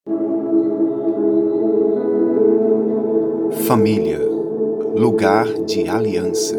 Família, lugar de aliança.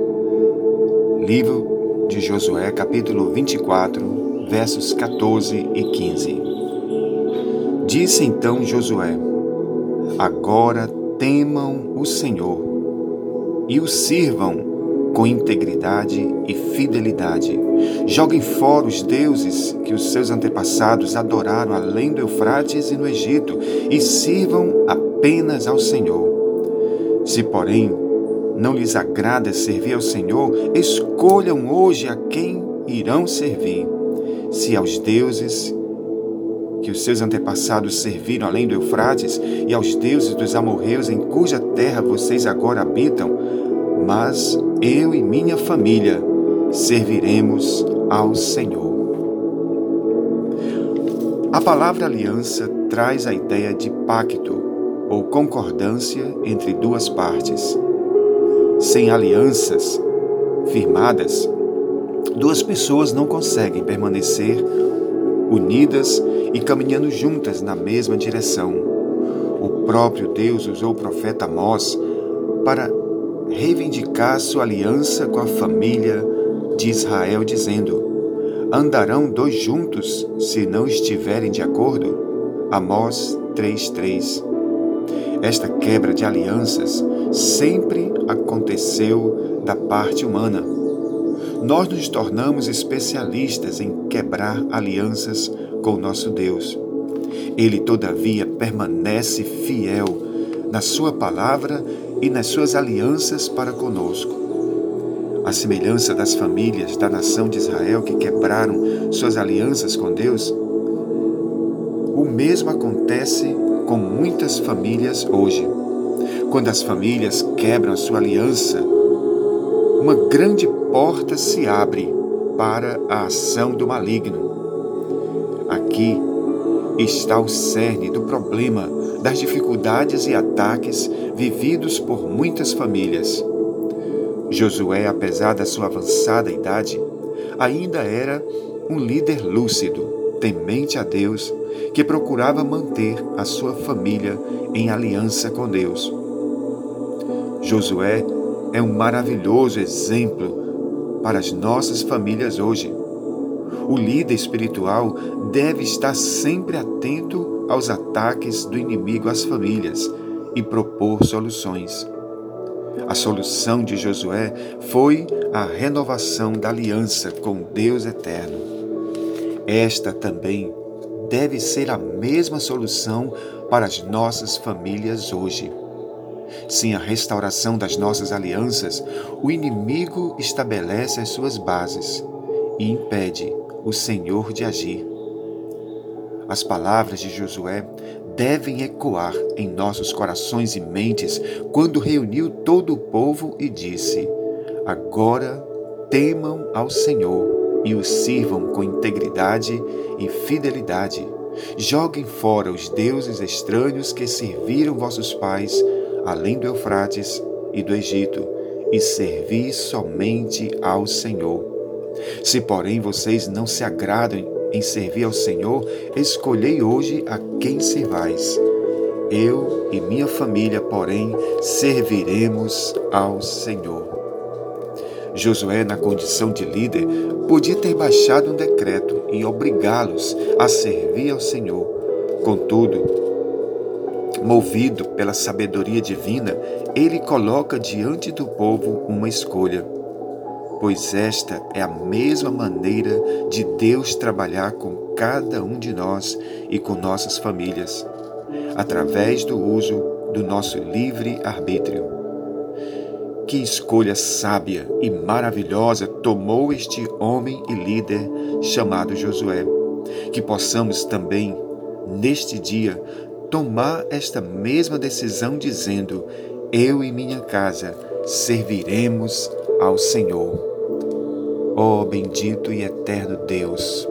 Livro de Josué, capítulo 24, versos 14 e 15. Disse então Josué: agora temam o Senhor e o sirvam com integridade e fidelidade. Joguem fora os deuses que os seus antepassados adoraram além do Eufrates e no Egito, e sirvam apenas ao Senhor. Se, porém, não lhes agrada servir ao Senhor, escolham hoje a quem irão servir. Se aos deuses que os seus antepassados serviram além do Eufrates, e aos deuses dos amorreus em cuja terra vocês agora habitam, mas eu e minha família serviremos ao Senhor. A palavra aliança traz a ideia de pacto ou concordância entre duas partes. Sem alianças firmadas, duas pessoas não conseguem permanecer unidas e caminhando juntas na mesma direção. O próprio Deus usou o profeta Amós para reivindicar sua aliança com a família de Israel, dizendo: andarão dois juntos se não estiverem de acordo? Amós 3:3. Esta quebra de alianças sempre aconteceu da parte humana. Nós nos tornamos especialistas em quebrar alianças com o nosso Deus. Ele, todavia, permanece fiel na sua palavra e nas suas alianças para conosco. À semelhança das famílias da nação de Israel que quebraram suas alianças com Deus, o mesmo acontece com muitas famílias hoje. Quando as famílias quebram a sua aliança, uma grande porta se abre para a ação do maligno. Aqui está o cerne do problema das dificuldades e ataques vividos por muitas famílias. Josué, apesar da sua avançada idade, ainda era um líder lúcido, temente a Deus, que procurava manter a sua família em aliança com Deus. Josué é um maravilhoso exemplo para as nossas famílias hoje. O líder espiritual deve estar sempre atento aos ataques do inimigo às famílias e propor soluções. A solução de Josué foi a renovação da aliança com Deus eterno. Esta também deve ser a mesma solução para as nossas famílias hoje. Sem a restauração das nossas alianças, o inimigo estabelece as suas bases e impede o Senhor de agir. As palavras de Josué devem ecoar em nossos corações e mentes quando reuniu todo o povo e disse: agora temam ao Senhor e o sirvam com integridade e fidelidade. Joguem fora os deuses estranhos que serviram vossos pais além do Eufrates e do Egito, e servi somente ao Senhor. Se, porém, vocês não se agradam em servir ao Senhor, escolhei hoje a quem servais. Eu e minha família, porém, serviremos ao Senhor. Josué, na condição de líder, podia ter baixado um decreto e obrigá-los a servir ao Senhor. Contudo, movido pela sabedoria divina, ele coloca diante do povo uma escolha, pois esta é a mesma maneira de Deus trabalhar com cada um de nós e com nossas famílias, através do uso do nosso livre-arbítrio. Que escolha sábia e maravilhosa tomou este homem e líder chamado Josué. Que possamos também, neste dia, tomar esta mesma decisão dizendo: eu e minha casa serviremos ao Senhor. Ó bendito e eterno Deus,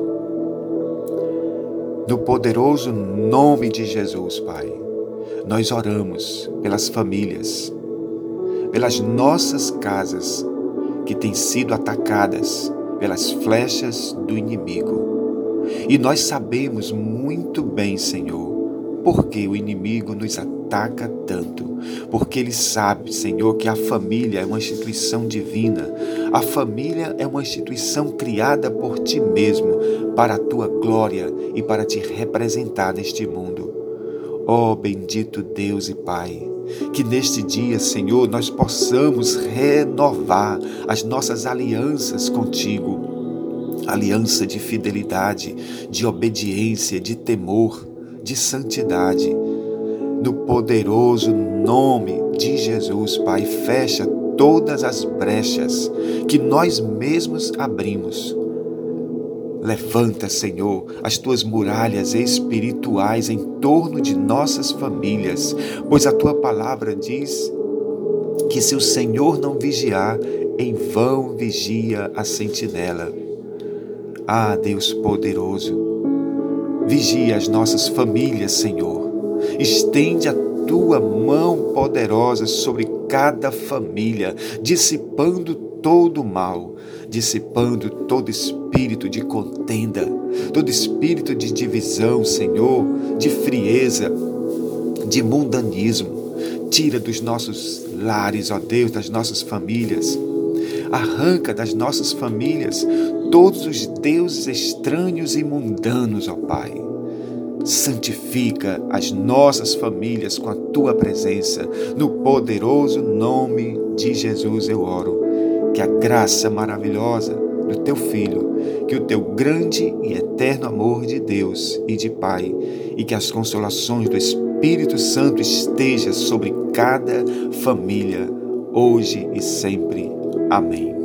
no poderoso nome de Jesus, Pai, nós oramos pelas famílias, pelas nossas casas que têm sido atacadas pelas flechas do inimigo. E nós sabemos muito bem, Senhor, por que o inimigo nos ataca tanto? Porque ele sabe, Senhor, que a família é uma instituição divina. A família é uma instituição criada por Ti mesmo, para a Tua glória e para Te representar neste mundo. Ó bendito Deus e Pai, que neste dia, Senhor, nós possamos renovar as nossas alianças contigo. Aliança de fidelidade, de obediência, de temor, de santidade. No poderoso nome de Jesus, Pai, fecha todas as brechas que nós mesmos abrimos. Levanta, Senhor, as Tuas muralhas espirituais em torno de nossas famílias, pois a Tua palavra diz que se o Senhor não vigiar, em vão vigia a sentinela. Ah, Deus poderoso, vigia as nossas famílias, Senhor. Estende a Tua mão poderosa sobre cada família, dissipando todo o mal, dissipando todo espírito de contenda, todo espírito de divisão, Senhor, de frieza, de mundanismo. Tira dos nossos lares, ó Deus, das nossas famílias. Arranca das nossas famílias todos os deuses estranhos e mundanos, ó Pai. Santifica as nossas famílias com a Tua presença. No poderoso nome de Jesus eu oro. Que a graça maravilhosa do Teu Filho, que o Teu grande e eterno amor de Deus e de Pai, e que as consolações do Espírito Santo estejam sobre cada família, hoje e sempre. Amém.